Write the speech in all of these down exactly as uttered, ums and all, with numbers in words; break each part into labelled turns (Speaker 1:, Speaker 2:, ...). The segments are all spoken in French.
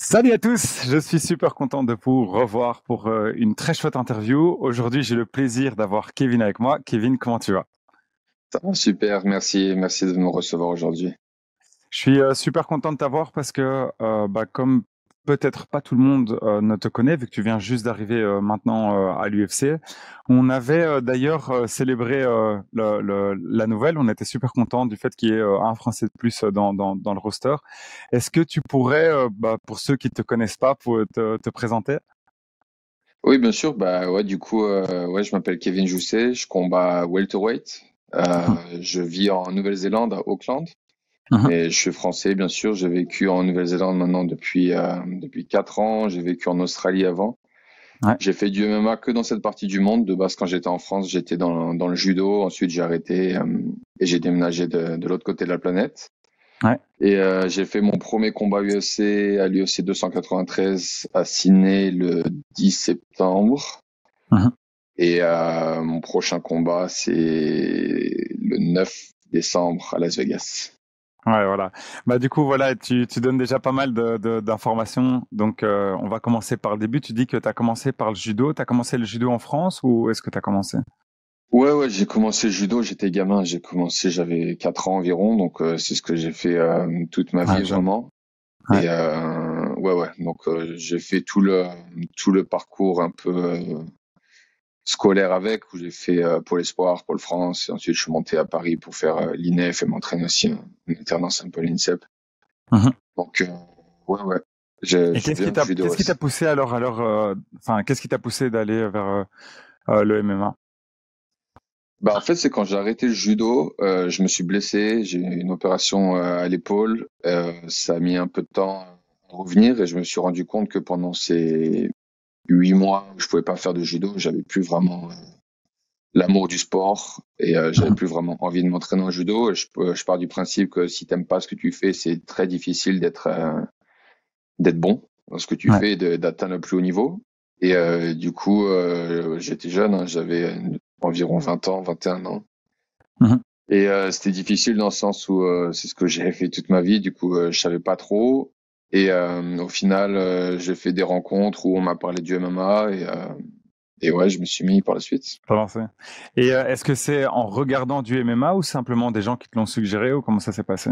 Speaker 1: Salut à tous, je suis super content de vous revoir pour euh, une très chouette interview. Aujourd'hui, j'ai le plaisir d'avoir Kevin avec moi. Kevin, comment tu vas?
Speaker 2: Ça va, super, merci, merci de nous recevoir aujourd'hui.
Speaker 1: Je suis euh, super content de t'avoir parce que, euh, bah, comme peut-être pas tout le monde euh, ne te connaît, vu que tu viens juste d'arriver euh, maintenant euh, à l'U F C, on avait euh, d'ailleurs euh, célébré euh, le- le- la nouvelle. On était super content du fait qu'il y ait euh, un Français de plus euh, dans, dans, dans le roster. Est-ce que tu pourrais, euh, bah, pour ceux qui te connaissent pas, pour te, te présenter?
Speaker 2: Oui, bien sûr, bah ouais, du coup, euh, ouais, je m'appelle Kevin Jousset, je combats welterweight. Euh, je vis en Nouvelle-Zélande, à Auckland, mais je suis français, bien sûr. J'ai vécu en Nouvelle-Zélande maintenant depuis euh, depuis quatre ans. J'ai vécu en Australie avant.
Speaker 1: Ouais.
Speaker 2: J'ai fait du M M A que dans cette partie du monde. De base, quand j'étais en France, j'étais dans dans le judo. Ensuite, j'ai arrêté euh, et j'ai déménagé de de l'autre côté de la planète.
Speaker 1: Ouais.
Speaker 2: Et euh, j'ai fait mon premier combat U F C à l'U F C deux cent quatre-vingt-treize à Sydney le dix septembre.
Speaker 1: Mhm.
Speaker 2: Et euh, mon prochain combat, c'est le neuf décembre à Las Vegas.
Speaker 1: Ouais, voilà. Bah, du coup, voilà, tu, tu donnes déjà pas mal de, de- d'informations. Donc, euh, on va commencer par le début. Tu dis que tu as commencé par le judo. Tu as commencé le judo en France ou est-ce que tu as commencé?
Speaker 2: Ouais, ouais, j'ai commencé le judo, j'étais gamin, j'ai commencé, j'avais quatre ans environ, donc euh, c'est ce que j'ai fait euh, toute ma
Speaker 1: Ouais,
Speaker 2: vie
Speaker 1: jeune.
Speaker 2: vraiment.
Speaker 1: Ouais.
Speaker 2: Et euh, ouais, ouais, donc euh, j'ai fait tout le tout le parcours un peu euh, scolaire avec, où j'ai fait euh, Pôle Espoir, Pôle France, et ensuite je suis monté à Paris pour faire euh, l'I N E F et m'entraîner aussi en en alternance un peu à l'INSEP.
Speaker 1: Mhm.
Speaker 2: Donc, euh, ouais, ouais, je,
Speaker 1: Et
Speaker 2: je
Speaker 1: qu'est-ce qui
Speaker 2: viens du
Speaker 1: t'a,
Speaker 2: judo
Speaker 1: qu'est-ce qui t'a
Speaker 2: aussi.
Speaker 1: poussé alors, alors, euh, enfin, qu'est-ce qui t'a poussé d'aller vers euh, euh, le M M A?
Speaker 2: Bah, en fait, c'est quand j'ai arrêté le judo, euh, je me suis blessé, j'ai eu une opération euh, à l'épaule, euh, ça a mis un peu de temps à revenir et je me suis rendu compte que pendant ces huit mois où je pouvais pas faire de judo, j'avais plus vraiment euh, l'amour du sport et euh, j'avais
Speaker 1: Mhm.
Speaker 2: plus vraiment envie de m'entraîner en judo. Et je, peux- je pars du principe que si t'aimes pas ce que tu fais, c'est très difficile d'être euh, d'être bon dans ce que tu
Speaker 1: Ouais.
Speaker 2: fais et de- d'atteindre le plus haut niveau. Et euh, du coup, euh, j'étais jeune, hein, j'avais environ vingt ans, vingt et un ans.
Speaker 1: Mhm.
Speaker 2: Et euh, c'était difficile dans le sens où euh, c'est ce que j'ai fait toute ma vie. Du coup, euh, je savais pas trop. Et euh, au final, euh, j'ai fait des rencontres où on m'a parlé du M M A et, euh, et ouais, je me suis mis par la suite.
Speaker 1: Pas lancé. Et euh, est-ce que c'est en regardant du M M A ou simplement des gens qui te l'ont suggéré ou comment ça s'est passé?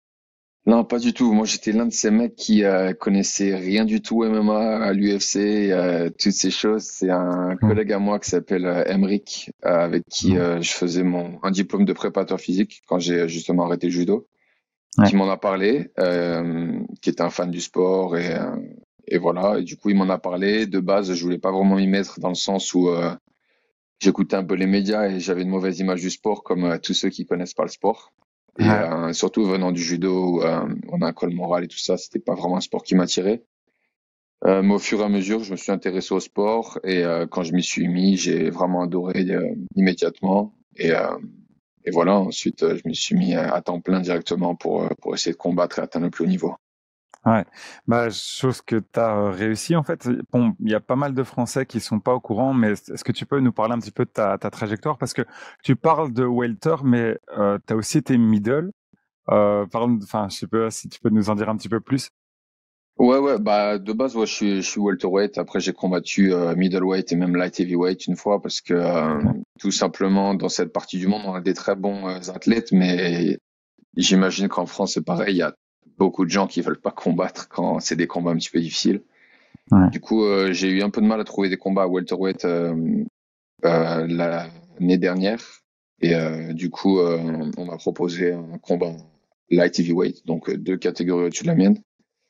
Speaker 2: Non, pas du tout. Moi, j'étais l'un de ces mecs qui euh, connaissait rien du tout au M M A, à l'U F C, euh, toutes ces choses. C'est un
Speaker 1: Mhm.
Speaker 2: collègue à moi qui s'appelle euh, Emric, euh, avec qui
Speaker 1: Mhm.
Speaker 2: euh, je faisais mon un diplôme de préparateur physique quand j'ai justement arrêté le judo,
Speaker 1: Ouais.
Speaker 2: qui m'en a parlé, euh, qui était un fan du sport et euh, et voilà. Et du coup, il m'en a parlé. De base, je voulais pas vraiment m'y mettre dans le sens où euh, j'écoutais un peu les médias et j'avais une mauvaise image du sport, comme euh, tous ceux qui connaissent pas le sport. Et
Speaker 1: Ouais.
Speaker 2: euh, surtout venant du judo, où euh, on a un col moral et tout ça, c'était pas vraiment un sport qui m'attirait. Euh, mais au fur et à mesure, je me suis intéressé au sport et euh, quand je m'y suis mis, j'ai vraiment adoré euh, immédiatement. Et, euh, et voilà, ensuite, euh, je me suis mis à, à temps plein directement pour, euh, pour essayer de combattre et atteindre le plus haut niveau.
Speaker 1: Ouais, bah, chose que tu as réussi en fait. Bon, il y a pas mal de Français qui sont pas au courant, mais est-ce que tu peux nous parler un petit peu de ta, ta trajectoire? Parce que tu parles de welter, mais euh, tu as aussi été middle. Euh, parle, enfin, je sais pas si tu peux nous en dire un petit peu plus.
Speaker 2: Ouais, ouais, bah de base, ouais, je suis, je suis welterweight. Après, j'ai combattu euh, middleweight et même light heavyweight une fois parce que euh, tout simplement, dans cette partie du monde, on a des très bons euh, athlètes, mais j'imagine qu'en France, c'est pareil. Il y a beaucoup de gens qui veulent pas combattre quand c'est des combats un petit peu difficiles.
Speaker 1: Ouais.
Speaker 2: Du coup, euh, j'ai eu un peu de mal à trouver des combats à welterweight euh, euh, l'année dernière. Et euh, du coup, euh, on m'a proposé un combat light heavyweight, donc euh, deux catégories au-dessus de la mienne.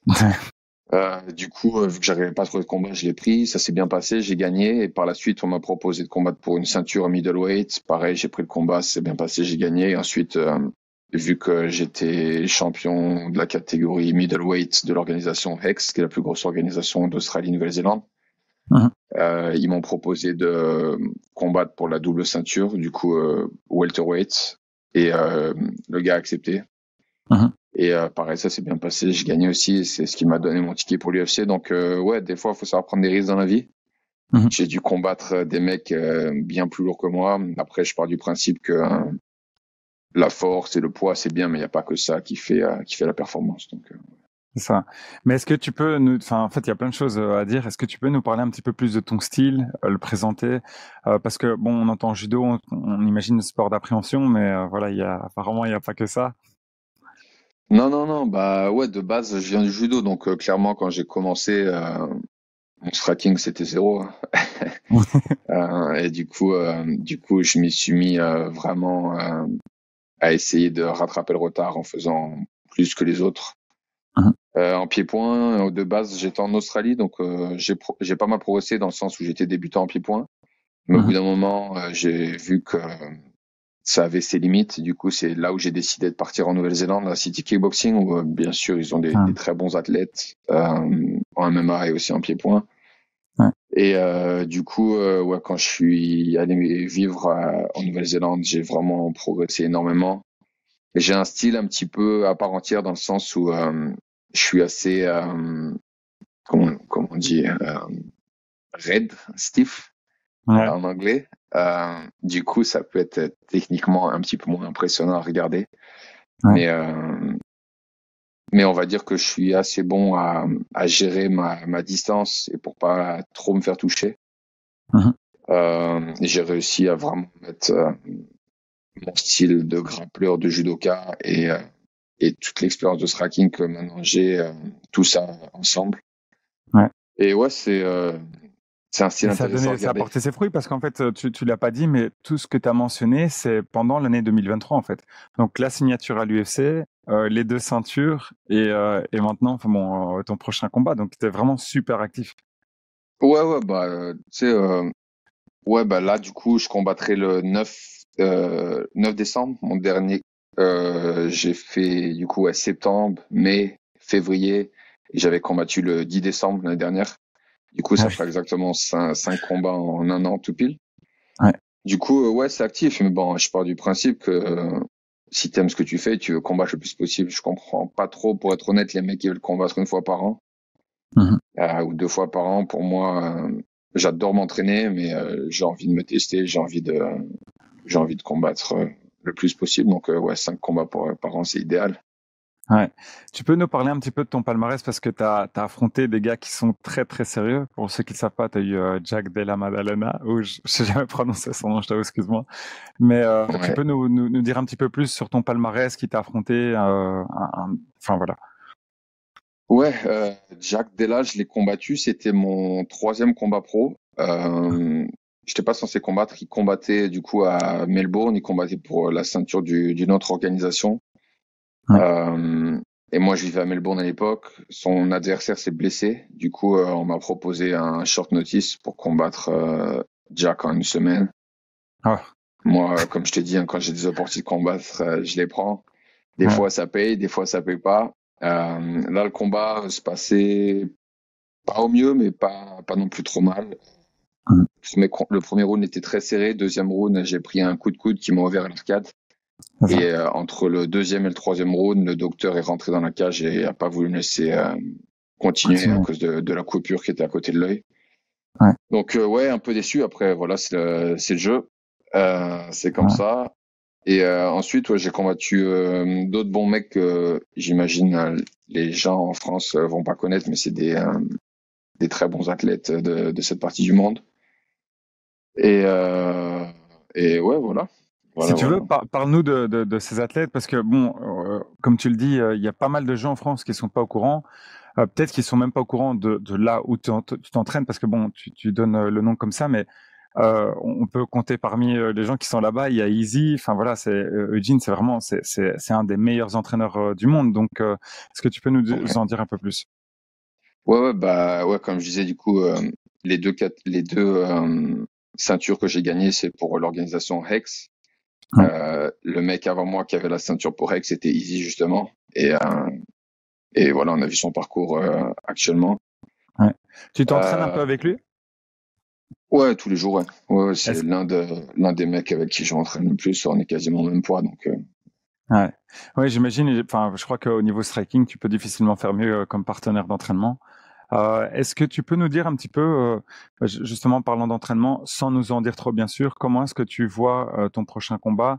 Speaker 2: Euh, du coup, euh, vu que j'arrivais pas à trouver de combat, je l'ai pris. Ça s'est bien passé, j'ai gagné. Et par la suite, on m'a proposé de combattre pour une ceinture middleweight. Pareil, j'ai pris le combat, c'est bien passé, j'ai gagné. Et ensuite, euh, vu que j'étais champion de la catégorie middleweight de l'organisation Hex, qui est la plus grosse organisation d'Australie-Nouvelle-Zélande,
Speaker 1: Mhm.
Speaker 2: euh, ils m'ont proposé de combattre pour la double ceinture, du coup euh, welterweight. Et euh, le gars a accepté.
Speaker 1: Mhm.
Speaker 2: Et euh, pareil, ça s'est bien passé. J'ai gagné aussi. C'est ce qui m'a donné mon ticket pour l'U F C. Donc euh, ouais, des fois, il faut savoir prendre des risques dans la vie.
Speaker 1: Mhm.
Speaker 2: J'ai dû combattre des mecs euh, bien plus lourds que moi. Après, je pars du principe que euh, la force et le poids, c'est bien, mais il n'y a pas que ça qui fait euh, qui fait la performance. Donc, euh.
Speaker 1: C'est ça. Mais est-ce que tu peux nous, enfin, en fait, il y a plein de choses euh, à dire. Est-ce que tu peux nous parler un petit peu plus de ton style, euh, le présenter? Euh, parce que bon, on entend judo, on, on imagine le sport d'appréhension, mais euh, voilà, il y a apparemment il y a pas que ça.
Speaker 2: Non, non, non, bah ouais, de base, je viens du judo, donc euh, clairement, quand j'ai commencé, euh, mon striking, c'était zéro, hein. Euh, et du coup, euh, du coup, je m'y suis mis euh, vraiment euh, à essayer de rattraper le retard en faisant plus que les autres.
Speaker 1: Mhm.
Speaker 2: Euh, en pied-point, euh, de base, j'étais en Australie, donc euh, j'ai pro- j'ai pas mal progressé dans le sens où j'étais débutant en pied-point. Mais au bout
Speaker 1: Mhm.
Speaker 2: d'un moment, euh, j'ai vu que ça avait ses limites. Du coup, c'est là où j'ai décidé de partir en Nouvelle-Zélande, à City Kickboxing, où euh, bien sûr, ils ont des, des
Speaker 1: Mhm.
Speaker 2: très bons athlètes euh, en M M A et aussi en pied-point.
Speaker 1: Ouais.
Speaker 2: Et euh, du coup, euh, ouais, quand je suis allé vivre euh, en Nouvelle-Zélande, j'ai vraiment progressé énormément. Et j'ai un style un petit peu à part entière dans le sens où euh, je suis assez, euh, comment, comment on dit, euh, raide, stiff
Speaker 1: Ouais.
Speaker 2: en anglais. Euh, du coup, ça peut être techniquement un petit peu moins impressionnant à regarder.
Speaker 1: Ouais.
Speaker 2: Mais, euh, mais on va dire que je suis assez bon à, à gérer ma, ma distance et pour pas trop me faire toucher.
Speaker 1: Mhm.
Speaker 2: Euh, j'ai réussi à vraiment mettre euh, mon style de grappleur, de judoka et, euh, et toute l'expérience de striking que maintenant j'ai, euh, tout ça ensemble.
Speaker 1: Ouais.
Speaker 2: Et ouais, c'est euh, c'est un style
Speaker 1: Et ça a
Speaker 2: intéressant à
Speaker 1: donné, ça a
Speaker 2: regarder.
Speaker 1: porté ses fruits parce qu'en fait, euh, tu, tu l'as pas dit, mais tout ce que tu as mentionné, c'est pendant l'année deux mille vingt-trois en fait. Donc la signature à l'U F C, euh, les deux ceintures et, euh, et maintenant, enfin bon, euh, ton prochain combat. Donc tu es vraiment super actif.
Speaker 2: Ouais, ouais, bah, euh, tu sais, euh, ouais, bah là, du coup, je combattrai le neuf euh, neuf décembre. Mon dernier, euh, j'ai fait, du coup, ouais, septembre, mai, février. Et j'avais combattu le dix décembre l'année dernière. Du coup,
Speaker 1: Ah
Speaker 2: ça
Speaker 1: oui.
Speaker 2: fera exactement cinq, cinq combats en un an tout pile.
Speaker 1: Ouais.
Speaker 2: Du coup, euh, ouais, c'est actif. Mais bon, je pars du principe que euh, si t'aimes ce que tu fais, tu veux combattre le plus possible. Je comprends pas trop, pour être honnête, les mecs qui veulent combattre une fois par an.
Speaker 1: Mhm.
Speaker 2: Euh, ou deux fois par an. Pour moi, euh, j'adore m'entraîner, mais euh, j'ai envie de me tester, j'ai envie de, j'ai envie de combattre euh, le plus possible. Donc euh, ouais, cinq combats par, par an, c'est idéal.
Speaker 1: Ouais. Tu peux nous parler un petit peu de ton palmarès parce que tu as affronté des gars qui sont très très sérieux. Pour ceux qui ne savent pas, tu as eu euh, Jack Della Maddalena, ou je ne sais jamais prononcer son nom, je t'avoue, excuse-moi. Mais euh, tu
Speaker 2: Ouais,
Speaker 1: peux nous, nous, nous dire un petit peu plus sur ton palmarès, qui t'a affronté, euh, un- un- enfin voilà.
Speaker 2: ouais. Euh, Jack Della, je l'ai combattu. C'était mon troisième combat pro. Euh, J'étais pas censé combattre. Il combattait du coup à Melbourne. Il combattait pour la ceinture du- d'une autre organisation.
Speaker 1: Ouais.
Speaker 2: Euh, et moi, je vivais à Melbourne à l'époque. Son adversaire s'est blessé. Du coup, euh, on m'a proposé un short notice pour combattre euh, Jack en une semaine.
Speaker 1: Ah,
Speaker 2: Moi, euh, comme je t'ai dit, hein, quand j'ai des opportunités de combattre, euh, je les prends. Des
Speaker 1: ouais.
Speaker 2: fois, ça paye, des fois, ça paye pas. Euh, là, le combat se passait pas au mieux, mais pas, pas non plus trop mal.
Speaker 1: Mhm.
Speaker 2: Le premier, le premier round était très serré. Deuxième round, j'ai pris un coup de coude qui m'a ouvert l'arcade.
Speaker 1: C'est
Speaker 2: Et
Speaker 1: ça.
Speaker 2: euh, entre le deuxième et le troisième round, le docteur est rentré dans la cage et a pas voulu me laisser euh, continuer à
Speaker 1: Continue.
Speaker 2: cause de, de la coupure qui était à côté de l'œil.
Speaker 1: Ouais.
Speaker 2: Donc euh, ouais, un peu déçu. Après, voilà, c'est le, c'est le jeu. Euh, c'est comme
Speaker 1: Ouais.
Speaker 2: ça. Et euh, ensuite, ouais, j'ai combattu euh, d'autres bons mecs que j'imagine euh, les gens en France euh, vont pas connaître, mais c'est des, euh, des très bons athlètes de, de cette partie du monde. Et, euh, et ouais, voilà.
Speaker 1: Si
Speaker 2: Voilà,
Speaker 1: tu
Speaker 2: voilà.
Speaker 1: veux, par- parle-nous de, de, de ces athlètes, parce que bon, euh, comme tu le dis, euh, il y a pas mal de gens en France qui sont pas au courant. Euh, peut-être qu'ils sont même pas au courant de, de là où tu tu t'entraînes, parce que bon, tu, tu donnes euh, le nom comme ça, mais euh, on peut compter parmi euh, les gens qui sont là-bas. Il y a Easy, enfin voilà, c'est euh, Eugene, c'est vraiment, c'est c'est c'est un des meilleurs entraîneurs euh, du monde. Donc, euh, est-ce que tu peux nous di-
Speaker 2: Ouais.
Speaker 1: en dire un peu plus?
Speaker 2: Ouais, ouais, bah ouais, comme je disais, du coup, euh, les deux, cat- les deux euh, ceintures que j'ai gagnées, c'est pour l'organisation Hex.
Speaker 1: Ouais.
Speaker 2: Euh, le mec avant moi qui avait la ceinture pour Hex, c'était Easy justement. Et, euh, et voilà, on a vu son parcours euh, actuellement.
Speaker 1: Ouais. Tu t'entraînes un peu
Speaker 2: Euh,
Speaker 1: avec lui?
Speaker 2: ouais, tous les jours, ouais. Ouais, ouais, c'est
Speaker 1: Est-ce
Speaker 2: l'un de l'un des mecs avec qui je m'entraîne le plus. On est quasiment au même poids, donc euh,
Speaker 1: Ouais, ouais, j'imagine. et- Enfin, je crois qu'au niveau striking, tu peux difficilement faire mieux euh, comme partenaire d'entraînement. Euh, est-ce que tu peux nous dire un petit peu, euh, bah, ju- justement, parlant d'entraînement, sans nous en dire trop, bien sûr, comment est-ce que tu vois euh, ton prochain combat?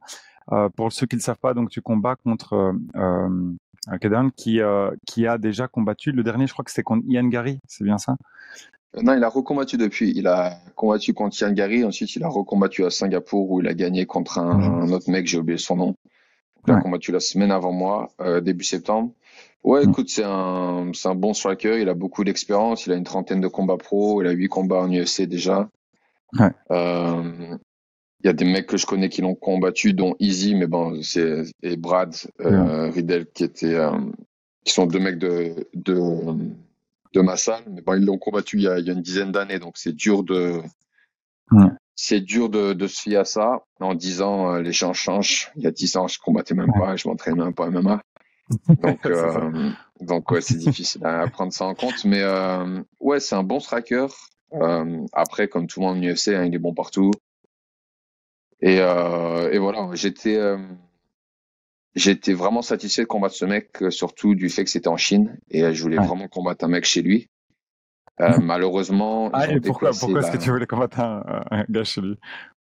Speaker 1: Euh, pour ceux qui ne le savent pas, donc tu combats contre euh, euh, Kadan qui, euh, qui a déjà combattu. Le dernier, je crois que c'était contre Ian Gary, c'est bien ça?
Speaker 2: Non, il a recombattu depuis. Il a combattu contre Ian Gary. Ensuite, il a recombattu à Singapour où il a gagné contre un,
Speaker 1: Mhm.
Speaker 2: un autre mec, j'ai oublié son nom. Il a
Speaker 1: Ouais.
Speaker 2: combattu la semaine avant moi, euh, début septembre. Ouais,
Speaker 1: Mhm.
Speaker 2: écoute, c'est un, c'est un bon striker. Il a beaucoup d'expérience. Il a une trentaine de combats pro. Il a huit combats en U F C déjà.
Speaker 1: Ouais.
Speaker 2: Euh, Il y a des mecs que je connais qui l'ont combattu, dont Easy, mais bon, c'est et Brad
Speaker 1: Ouais.
Speaker 2: euh, Riddell qui étaient, euh, qui sont deux mecs de de de ma salle. Mais bon, ils l'ont combattu il y a, il y a une dizaine d'années, donc c'est dur de
Speaker 1: Ouais.
Speaker 2: c'est dur de, de se fier à ça en disant euh, les gens changent. Il y a dix ans, je combattais même
Speaker 1: Ouais.
Speaker 2: pas, je m'entraînais même pas à M M A. Donc,
Speaker 1: C'est ça.
Speaker 2: euh, donc ouais, c'est difficile à prendre ça en compte. Mais euh, ouais, c'est un bon striker. Euh, après, comme tout le monde en U F C, hein, il est bon partout. Et, euh, et voilà, j'étais euh, j'étais vraiment satisfait de combattre ce mec, euh, surtout du fait que c'était en Chine. Et euh, je voulais
Speaker 1: Ouais.
Speaker 2: vraiment combattre un mec chez lui. Euh, malheureusement,
Speaker 1: Ah,
Speaker 2: ils ont
Speaker 1: et pourquoi,
Speaker 2: déplacé
Speaker 1: pourquoi est-ce que
Speaker 2: la.
Speaker 1: tu voulais combattre un, un gars chez lui?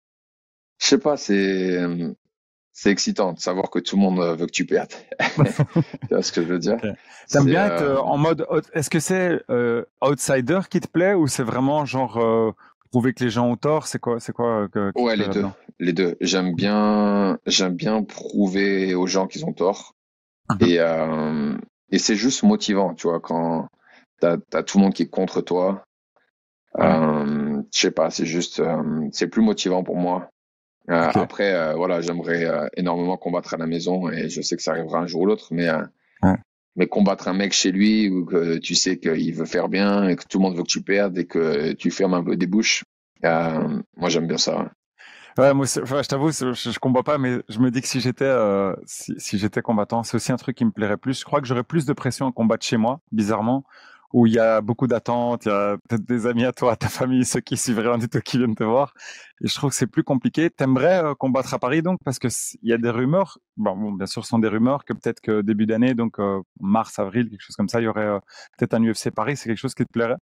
Speaker 2: Je sais pas, c'est euh, c'est excitant de savoir que tout le monde euh, veut que tu perdes. Tu vois ce que je veux dire?
Speaker 1: Ok. T'aimes
Speaker 2: C'est
Speaker 1: bien être
Speaker 2: euh,
Speaker 1: euh, en mode, out- est-ce que c'est euh, outsider qui te plaît ou c'est vraiment genre euh, prouver que les gens ont tort? C'est quoi, c'est quoi euh, que- qui te
Speaker 2: ouais,
Speaker 1: plaît
Speaker 2: les deux,
Speaker 1: là-dedans?
Speaker 2: les deux. J'aime bien j'aime bien prouver aux gens qu'ils ont tort.
Speaker 1: Mhm.
Speaker 2: Et euh, et c'est juste motivant, tu vois, quand t'as t'as tout le monde qui est contre toi.
Speaker 1: Ouais.
Speaker 2: Euh, je sais pas, c'est juste euh, c'est plus motivant pour moi. Euh,
Speaker 1: Ok.
Speaker 2: après, euh, voilà, j'aimerais euh, énormément combattre à la maison et je sais que ça arrivera un jour ou l'autre, mais euh,
Speaker 1: Ouais.
Speaker 2: mais combattre un mec chez lui où que tu sais qu'il veut faire bien et que tout le monde veut que tu perdes et que tu fermes un peu des bouches, euh, moi j'aime bien ça.
Speaker 1: Ouais, moi, c'est- enfin, je t'avoue, c'est- je, je combats pas, mais je me dis que si j'étais, euh, si, si j'étais combattant, c'est aussi un truc qui me plairait plus. Je crois que j'aurais plus de pression à combattre chez moi, bizarrement, où il y a beaucoup d'attentes, il y a peut-être des amis à toi, ta famille, ceux qui suivent rien du tout qui viennent te voir. Et je trouve que c'est plus compliqué. T'aimerais euh, combattre à Paris donc, parce que c- il y a des rumeurs. Bon, bon, bien sûr, ce sont des rumeurs que peut-être que début d'année, donc euh, mars, avril, quelque chose comme ça, il y aurait euh, peut-être un U F C Paris. C'est quelque chose qui te plairait?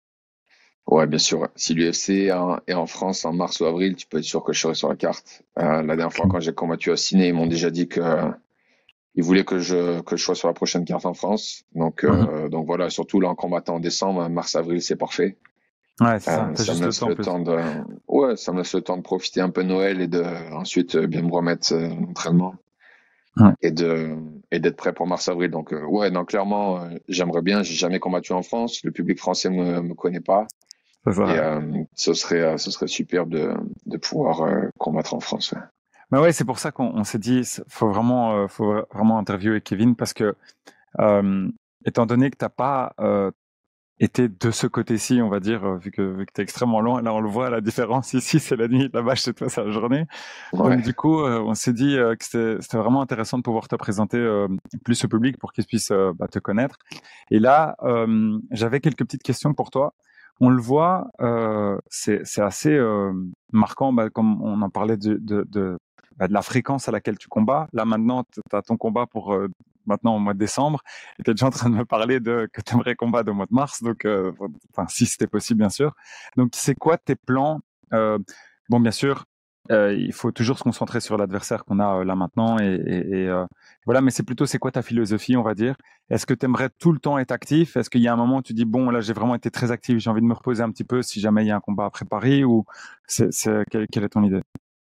Speaker 2: Ouais, bien sûr. Si l'U F C est en, est en France en mars ou avril, tu peux être sûr que je serai sur la carte. Euh, la dernière fois
Speaker 1: Ok.
Speaker 2: quand j'ai combattu à Ciné, ils m'ont déjà dit que euh, ils voulaient que je que je sois sur la prochaine carte en France. Donc
Speaker 1: Mhm.
Speaker 2: euh, donc voilà, surtout là en combattant en décembre, mars avril, c'est parfait.
Speaker 1: Ouais, c'est ça.
Speaker 2: Euh,
Speaker 1: T'as
Speaker 2: ça me
Speaker 1: juste le
Speaker 2: laisse
Speaker 1: temps en
Speaker 2: le
Speaker 1: plus.
Speaker 2: temps de, ouais, ça me laisse le temps de profiter un peu de Noël et de ensuite euh, bien me remettre euh, l'entraînement
Speaker 1: Ouais,
Speaker 2: et de et d'être prêt pour mars-avril. Donc euh, ouais, non, clairement, euh, j'aimerais bien. J'ai jamais combattu en France. Le public français me me connaît pas
Speaker 1: c'est
Speaker 2: et
Speaker 1: ça.
Speaker 2: euh, ce serait euh, ce serait super de de pouvoir euh, combattre en France. Ouais.
Speaker 1: Mais ouais, c'est pour ça qu'on on s'est dit, s- faut vraiment, euh, faut vraiment interviewer Kevin parce que, euh, étant donné que t'as pas euh, été de ce côté-ci, on va dire, euh, vu que, vu que t'es extrêmement loin, là on le voit, la différence ici c'est la nuit, là-bas chez toi c'est la journée. Donc
Speaker 2: Ouais.
Speaker 1: du coup, euh, on s'est dit euh, que c'était c'était vraiment intéressant de pouvoir te présenter euh, plus au public pour qu'ils puissent euh, bah, te connaître. Et là, euh, j'avais quelques petites questions pour toi. On le voit, euh, c'est c'est assez euh, marquant, bah, comme on en parlait de, de, de, bah, de la fréquence à laquelle tu combats. Là maintenant, tu as ton combat pour euh, maintenant au mois de décembre, et tu es déjà en train de me parler de que tu aimerais combattre au mois de mars, donc euh, enfin si c'était possible bien sûr. Donc c'est quoi tes plans? euh, Bon, bien sûr, euh, il faut toujours se concentrer sur l'adversaire qu'on a euh, là maintenant, et, et, et euh, voilà. Mais c'est plutôt c'est quoi ta philosophie, on va dire? Est-ce que tu aimerais tout le temps être actif? Est-ce qu'il y a un moment où tu dis, bon, là, j'ai vraiment été très actif, j'ai envie de me reposer un petit peu si jamais il y a un combat à préparer ou c'est, c'est, quelle, quelle est ton idée?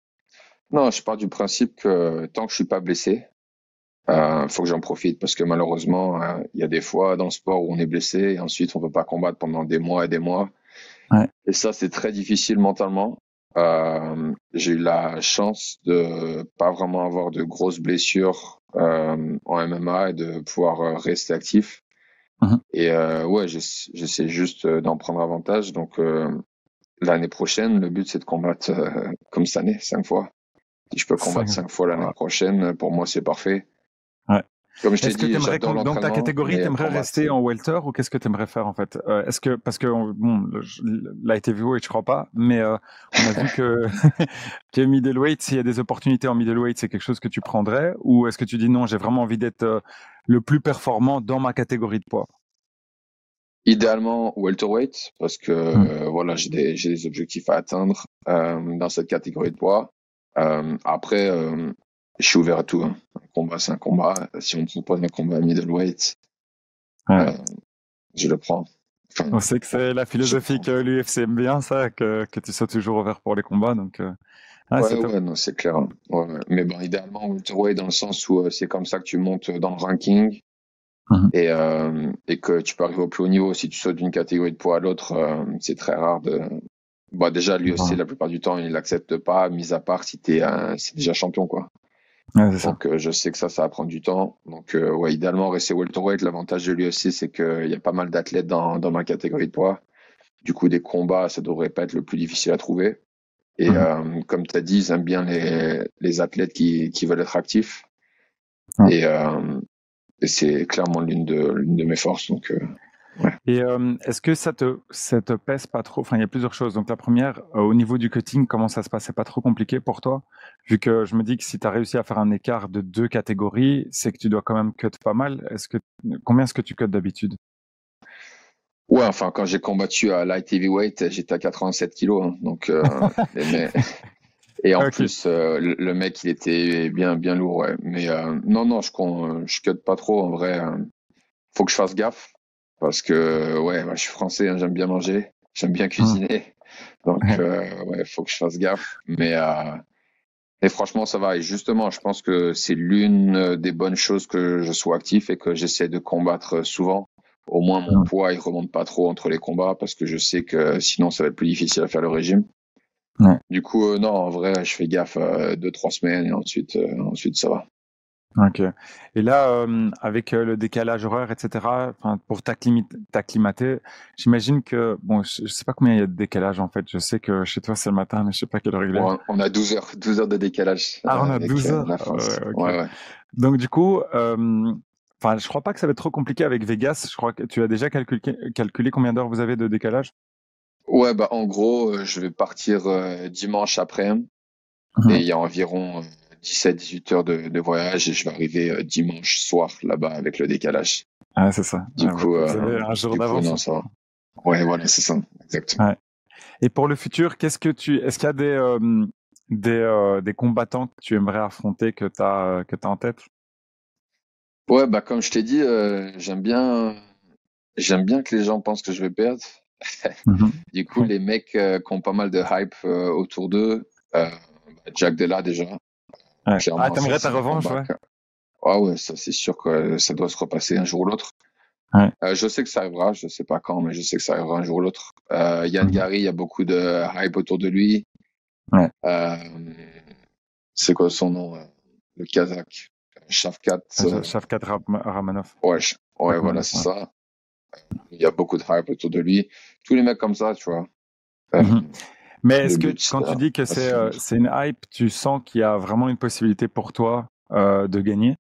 Speaker 2: Non, je pars du principe que tant que je suis pas blessé, euh, faut que j'en profite parce que malheureusement, euh, il y a des fois dans le sport où on est blessé et ensuite on peut pas combattre pendant des mois et des mois.
Speaker 1: Ouais.
Speaker 2: Et ça, c'est très difficile mentalement. Euh, j'ai eu la chance de pas vraiment avoir de grosses blessures euh, en M M A et de pouvoir euh, rester actif.
Speaker 1: Mhm.
Speaker 2: Et euh, ouais, j'ess- j'essaie juste euh, d'en prendre avantage. Donc euh, l'année prochaine, le but c'est de combattre euh, comme cette année, cinq fois. Si je peux combattre
Speaker 1: Cinq-
Speaker 2: cinq fois l'année prochaine, pour moi c'est parfait.
Speaker 1: Ouais.
Speaker 2: Comme je t'ai
Speaker 1: Est-ce que
Speaker 2: dit,
Speaker 1: t'aimerais,
Speaker 2: j'adore
Speaker 1: com- dans ta
Speaker 2: l'entraînement,
Speaker 1: catégorie,
Speaker 2: mais
Speaker 1: t'aimerais
Speaker 2: combattre,
Speaker 1: rester
Speaker 2: c'est...
Speaker 1: en welter ou qu'est-ce que t'aimerais faire en fait? Euh, est-ce que, parce que, on- bon, le- je- light heavyweight, je crois pas, mais euh, on a vu que, que middleweight, s'il y a des opportunités en middleweight, c'est quelque chose que tu prendrais ou est-ce que tu dis non, j'ai vraiment envie d'être euh, le plus performant dans ma catégorie de poids?
Speaker 2: Idéalement welterweight parce que
Speaker 1: Hmm.
Speaker 2: euh, voilà, j'ai des j'ai des objectifs à atteindre euh, dans cette catégorie de poids. Euh, après, euh, je suis ouvert à tout. Hein. Un combat, c'est un combat. Si on me propose un combat middleweight,
Speaker 1: Ouais.
Speaker 2: euh, je le prends. Enfin,
Speaker 1: On sait que c'est la
Speaker 2: je
Speaker 1: philosophie
Speaker 2: prends.
Speaker 1: que l'U F C aime bien, ça, que, que tu sois toujours ouvert pour les combats. Donc, euh, ah,
Speaker 2: Ouais,
Speaker 1: c'est top.
Speaker 2: ouais, non, c'est clair. Hein. Ouais, ouais. Mais bon, idéalement, welterweight dans le sens où euh, c'est comme ça que tu montes dans le ranking
Speaker 1: Mhm.
Speaker 2: et, euh, et que tu peux arriver au plus haut niveau. Si tu sautes d'une catégorie de poids à l'autre, euh, c'est très rare de. Bon, déjà, l'U F C,
Speaker 1: Voilà.
Speaker 2: la plupart du temps, il l'accepte pas, mis à part si t'es euh, si t'es déjà champion, quoi.
Speaker 1: Ouais, c'est ça.
Speaker 2: Donc, euh, je sais que ça, ça va prendre du temps. Donc, euh, ouais, idéalement, rester welterweight. L'avantage de l'U F C, c'est qu'il y a pas mal d'athlètes dans, dans ma catégorie de poids. Du coup, des combats, ça devrait pas être le plus difficile à trouver. Et
Speaker 1: Mhm.
Speaker 2: euh, comme tu as dit, ils aiment bien les, les athlètes qui, qui veulent être actifs.
Speaker 1: Ouais.
Speaker 2: Et, euh, et c'est clairement l'une de, l'une de mes forces. Donc, euh, ouais.
Speaker 1: Et euh, est-ce que ça te, ça te pèse pas trop? Enfin, il y a plusieurs choses. Donc, la première, euh, au niveau du cutting, comment ça se passe? C'est pas trop compliqué pour toi? Vu que je me dis que si tu as réussi à faire un écart de deux catégories, c'est que tu dois quand même cut pas mal. Est-ce que, combien est-ce que tu cut d'habitude?
Speaker 2: Ouais, enfin, quand j'ai combattu à light heavyweight, j'étais à quatre-vingt-sept kilos. Hein, donc, euh, et, mais, et en
Speaker 1: Ok.
Speaker 2: plus, euh, le, le mec, il était bien, bien lourd. Ouais. Mais euh, non, non, je, con- je cut pas trop. En vrai, euh, faut que je fasse gaffe. Parce que, ouais, bah, je suis français, hein, j'aime bien manger, j'aime bien
Speaker 1: Mhm.
Speaker 2: cuisiner. Donc,
Speaker 1: Ouais.
Speaker 2: euh, ouais, faut que je fasse gaffe. Mais, euh, Et franchement, ça va. Et justement, je pense que c'est l'une des bonnes choses que je sois actif et que j'essaie de combattre souvent. Au moins, mon
Speaker 1: Mhm.
Speaker 2: poids, il remonte pas trop entre les combats parce que je sais que sinon, ça va être plus difficile à faire le régime.
Speaker 1: Ouais.
Speaker 2: Du coup, euh, non, en vrai, je fais gaffe euh, deux, trois semaines et ensuite, euh, ensuite, ça va.
Speaker 1: Ok. Et là, euh, avec euh, le décalage horaire, et cetera, enfin, pour t'acclimi- t'acclimater, j'imagine que, bon, je, je sais pas combien il y a de décalage en fait. Je sais que chez toi c'est le matin, mais je sais pas quelle heure il est.
Speaker 2: Bon, on a douze heures, douze heures de décalage
Speaker 1: Ah, on
Speaker 2: euh,
Speaker 1: a
Speaker 2: avec
Speaker 1: douze
Speaker 2: euh,
Speaker 1: heures.
Speaker 2: la
Speaker 1: Ah ouais,
Speaker 2: France.
Speaker 1: ok.
Speaker 2: Ouais, ouais.
Speaker 1: Donc du coup, euh, enfin, je crois pas que ça va être trop compliqué avec Vegas. Je crois que tu as déjà calculé, calculé combien d'heures vous avez de décalage?
Speaker 2: Ouais, bah, en gros, euh, je vais partir euh, dimanche après et
Speaker 1: Mhm.
Speaker 2: il y a environ euh, dix-sept, dix-huit heures de, de voyage et je vais arriver euh, dimanche soir là-bas avec le décalage.
Speaker 1: Ah, c'est ça.
Speaker 2: Du
Speaker 1: Ouais, bah,
Speaker 2: coup,
Speaker 1: vous
Speaker 2: euh,
Speaker 1: avez un jour
Speaker 2: du coup,
Speaker 1: d'avance,
Speaker 2: non,
Speaker 1: hein.
Speaker 2: ça va. Ouais, voilà, c'est ça, exactement.
Speaker 1: Ouais. Et pour le futur, qu'est-ce que tu, est-ce qu'il y a des, euh, des, euh, des combattants que tu aimerais affronter que tu as, que tu en tête?
Speaker 2: Ouais, bah comme je t'ai dit, euh, j'aime bien, j'aime bien que les gens pensent que je vais perdre.
Speaker 1: Mhm.
Speaker 2: Du coup, les mecs euh, qui ont pas mal de hype euh, autour d'eux, euh, bah, Jack Della déjà,
Speaker 1: Ouais. Ah,
Speaker 2: clairement, ça
Speaker 1: t'aimerais ta
Speaker 2: c'est un
Speaker 1: revanche,
Speaker 2: combat.
Speaker 1: ouais.
Speaker 2: que- Ah ouais, ça c'est sûr que ça doit se repasser un jour ou l'autre.
Speaker 1: Ouais.
Speaker 2: Euh, je sais que ça arrivera, je sais pas quand, mais je sais que ça arrivera un jour ou l'autre. Euh, Yann
Speaker 1: Mhm.
Speaker 2: Gary, il y a beaucoup de hype autour de lui.
Speaker 1: Ouais.
Speaker 2: Euh, c'est quoi son nom? euh, Le Kazakh, Shavkat.
Speaker 1: Euh,
Speaker 2: euh,
Speaker 1: Shavkat Ram- Ramanov.
Speaker 2: Ouais, je- ouais, voilà,
Speaker 1: Rachmanov,
Speaker 2: c'est
Speaker 1: ouais.
Speaker 2: ça. Il y a beaucoup de hype autour de lui. Tous les mecs comme ça, tu vois. Euh,
Speaker 1: Mhm. Mais
Speaker 2: le
Speaker 1: est-ce que
Speaker 2: but, c'est
Speaker 1: quand
Speaker 2: de
Speaker 1: tu dis que c'est
Speaker 2: passer une
Speaker 1: euh,
Speaker 2: autre.
Speaker 1: c'est une hype, tu sens qu'il y a vraiment une possibilité pour toi euh, de gagner?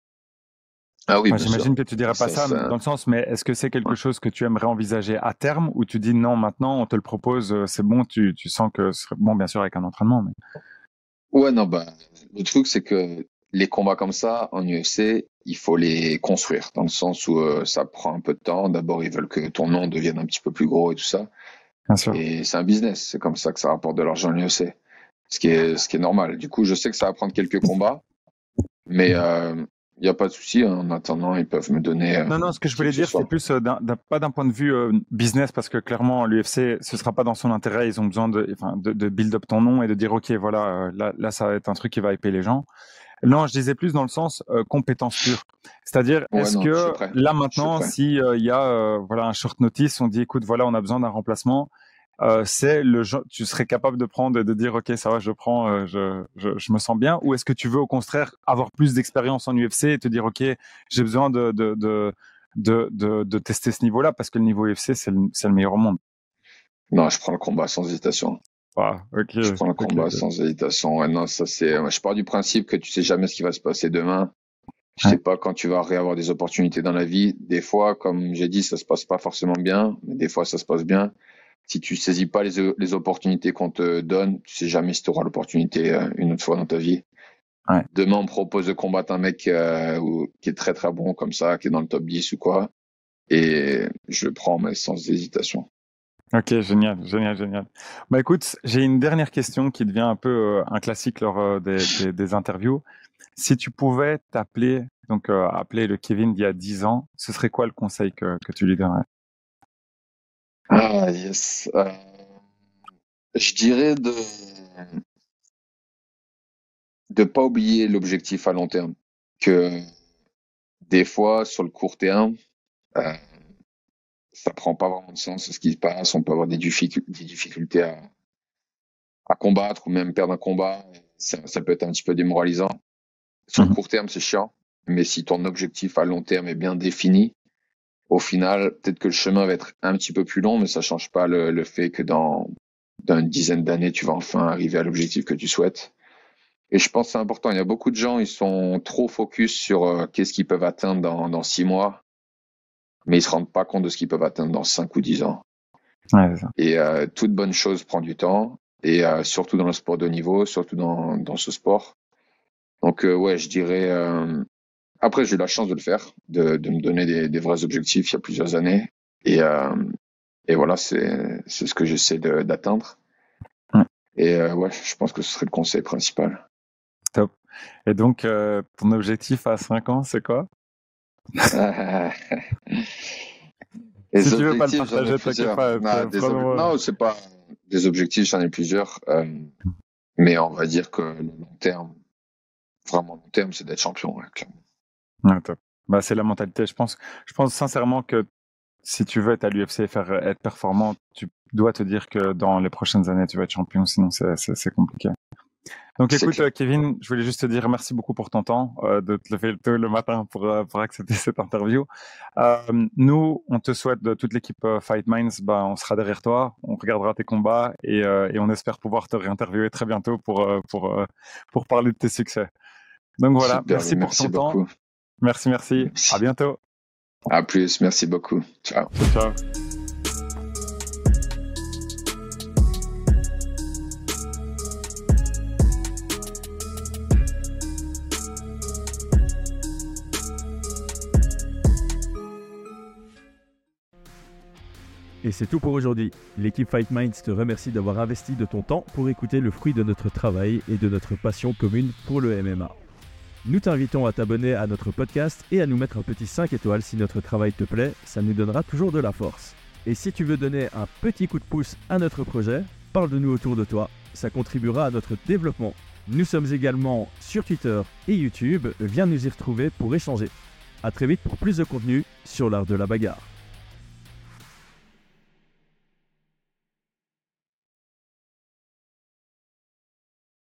Speaker 2: Ah oui,
Speaker 1: Enfin,
Speaker 2: bien sûr.
Speaker 1: j'imagine que tu dirais pas
Speaker 2: Ça,
Speaker 1: ça
Speaker 2: ça,
Speaker 1: dans le sens, mais est-ce que c'est
Speaker 2: ouais.
Speaker 1: quelque chose que tu aimerais envisager à terme ou tu dis non, maintenant on te le propose, euh, c'est bon, tu, tu sens que ce serait bon, bien sûr avec un entraînement, mais.
Speaker 2: Ouais, non, bah, le truc, c'est que les combats comme ça, en U F C, il faut les construire, dans le sens où euh, ça prend un peu de temps. D'abord, ils veulent que ton nom devienne un petit peu plus gros et tout ça.
Speaker 1: Bien sûr.
Speaker 2: Et c'est un business. C'est comme ça que ça rapporte de l'argent en U F C. Ce qui est, ce qui est normal. Du coup, je sais que ça va prendre quelques combats, mais euh, il n'y a pas de souci. En attendant, ils peuvent me donner euh,
Speaker 1: Non, non, ce que je
Speaker 2: qui
Speaker 1: voulais
Speaker 2: que ce
Speaker 1: dire, c'était
Speaker 2: soit.
Speaker 1: plus euh, d'un, d'un- pas d'un point de vue euh, business, parce que clairement, l'U F C, ce sera pas dans son intérêt. Ils ont besoin de, enfin, de, de build up ton nom et de dire, OK, voilà, euh, là, là, ça va être un truc qui va hyper les gens. Non, je disais plus dans le sens euh, compétence pure. C'est-à-dire,
Speaker 2: Ouais,
Speaker 1: est-ce
Speaker 2: non, je suis
Speaker 1: que
Speaker 2: prêt.
Speaker 1: là
Speaker 2: Je suis
Speaker 1: maintenant,
Speaker 2: prêt.
Speaker 1: si euh, il y a euh, voilà un short notice, on dit, écoute, voilà, on a besoin d'un remplacement, euh, c'est le genre, tu serais capable de prendre et de dire, OK, ça va, je prends, euh, je, je, je me sens bien, ou est-ce que tu veux au contraire avoir plus d'expérience en U F C et te dire, OK, j'ai besoin de, de, de, de, de, de tester ce niveau-là parce que le niveau U F C, c'est le, c'est le meilleur au monde.
Speaker 2: Non, je prends le combat sans hésitation.
Speaker 1: Ah, OK,
Speaker 2: Je prends le
Speaker 1: OK,
Speaker 2: combat
Speaker 1: OK.
Speaker 2: sans hésitation. Ouais, non, ça c'est. Je pars du principe que tu sais jamais ce qui va se passer demain. Tu
Speaker 1: Ouais,
Speaker 2: sais pas quand tu vas réavoir des opportunités dans la vie. Des fois, comme j'ai dit, ça se passe pas forcément bien, mais des fois ça se passe bien. Si tu saisis pas les, les opportunités qu'on te donne, tu sais jamais si tu auras l'opportunité euh, une autre fois dans ta vie.
Speaker 1: ouais.
Speaker 2: Demain, on me propose de combattre un mec euh, ou- qui est très très bon comme ça, qui est dans le top dix ou quoi, et je le prends mais sans hésitation.
Speaker 1: Ok, génial, génial, génial. Bah écoute, j'ai une dernière question qui devient un peu euh, un classique lors euh, des, des, des interviews. Si tu pouvais t'appeler, donc euh, appeler le Kevin d'il y a dix ans, ce serait quoi le conseil que, que tu lui donnerais?
Speaker 2: Ah, yes. Euh, je dirais de de pas oublier l'objectif à long terme. Que des fois, sur le court terme, euh, ça prend pas vraiment de sens ce qui se passe. On peut avoir des, difficu- des difficultés à, à combattre ou même perdre un combat. Ça, ça peut être un petit peu démoralisant. Sur le
Speaker 1: Mhm.
Speaker 2: court terme, c'est chiant. Mais si ton objectif à long terme est bien défini, au final, peut-être que le chemin va être un petit peu plus long, mais ça change pas le, le fait que dans, dans une dizaine d'années, tu vas enfin arriver à l'objectif que tu souhaites. Et je pense que c'est important. Il y a beaucoup de gens, ils sont trop focus sur euh, qu'est-ce qu'ils peuvent atteindre dans, dans six mois, mais ils se rendent pas compte de ce qu'ils peuvent atteindre dans cinq ou dix ans.
Speaker 1: Ouais, c'est ça.
Speaker 2: Et euh, toute bonne chose prend du temps, et euh, surtout dans le sport de haut niveau, surtout dans, dans ce sport. Donc euh, ouais, je dirais. Euh... Après, j'ai eu la chance de le faire, de, de me donner des, des vrais objectifs il y a plusieurs années, et euh, et voilà, c'est c'est ce que j'essaie de, d'atteindre.
Speaker 1: Ouais,
Speaker 2: Et euh, ouais, je pense que ce serait le conseil principal.
Speaker 1: top. Et donc, euh, ton objectif à cinq ans, c'est quoi? Si
Speaker 2: Les
Speaker 1: tu veux pas le
Speaker 2: objectifs, j'en ai
Speaker 1: partager, t'inquiète
Speaker 2: plusieurs.
Speaker 1: pas.
Speaker 2: Non,
Speaker 1: t'es-
Speaker 2: des ob-
Speaker 1: prends-le-moi.
Speaker 2: non, c'est pas des objectifs, j'en ai plusieurs. Euh, mais on va dire que le long terme, vraiment long terme, c'est d'être champion, ouais, clairement.
Speaker 1: Ouais, top. Bah, c'est la mentalité. Je pense, je pense sincèrement que si tu veux être à l'U F C et faire être performant, tu dois te dire que dans les prochaines années, tu vas être champion, sinon c'est, c'est, c'est compliqué. Donc
Speaker 2: C'est
Speaker 1: écoute,
Speaker 2: clair.
Speaker 1: euh, Kevin, je voulais juste te dire merci beaucoup pour ton temps, euh, de te lever tôt le matin pour, euh, pour accepter cette interview. Euh, nous, on te souhaite, de toute l'équipe euh, Fight Minds, bah, on sera derrière toi, on regardera tes combats et, euh, et on espère pouvoir te réinterviewer très bientôt pour, euh, pour, euh, pour parler de tes succès. Donc voilà,
Speaker 2: Super,
Speaker 1: merci pour
Speaker 2: merci
Speaker 1: ton temps.
Speaker 2: beaucoup.
Speaker 1: Merci, merci. À
Speaker 2: Merci.
Speaker 1: bientôt.
Speaker 2: À plus, merci beaucoup. Ciao.
Speaker 1: Ciao, ciao.
Speaker 3: Et c'est tout pour aujourd'hui. L'équipe Fight Minds te remercie d'avoir investi de ton temps pour écouter le fruit de notre travail et de notre passion commune pour le M M A. Nous t'invitons à t'abonner à notre podcast et à nous mettre un petit cinq étoiles si notre travail te plaît, ça nous donnera toujours de la force. Et si tu veux donner un petit coup de pouce à notre projet, parle de nous autour de toi, ça contribuera à notre développement. Nous sommes également sur Twitter et YouTube, viens nous y retrouver pour échanger. A très vite pour plus de contenu sur l'art de la bagarre.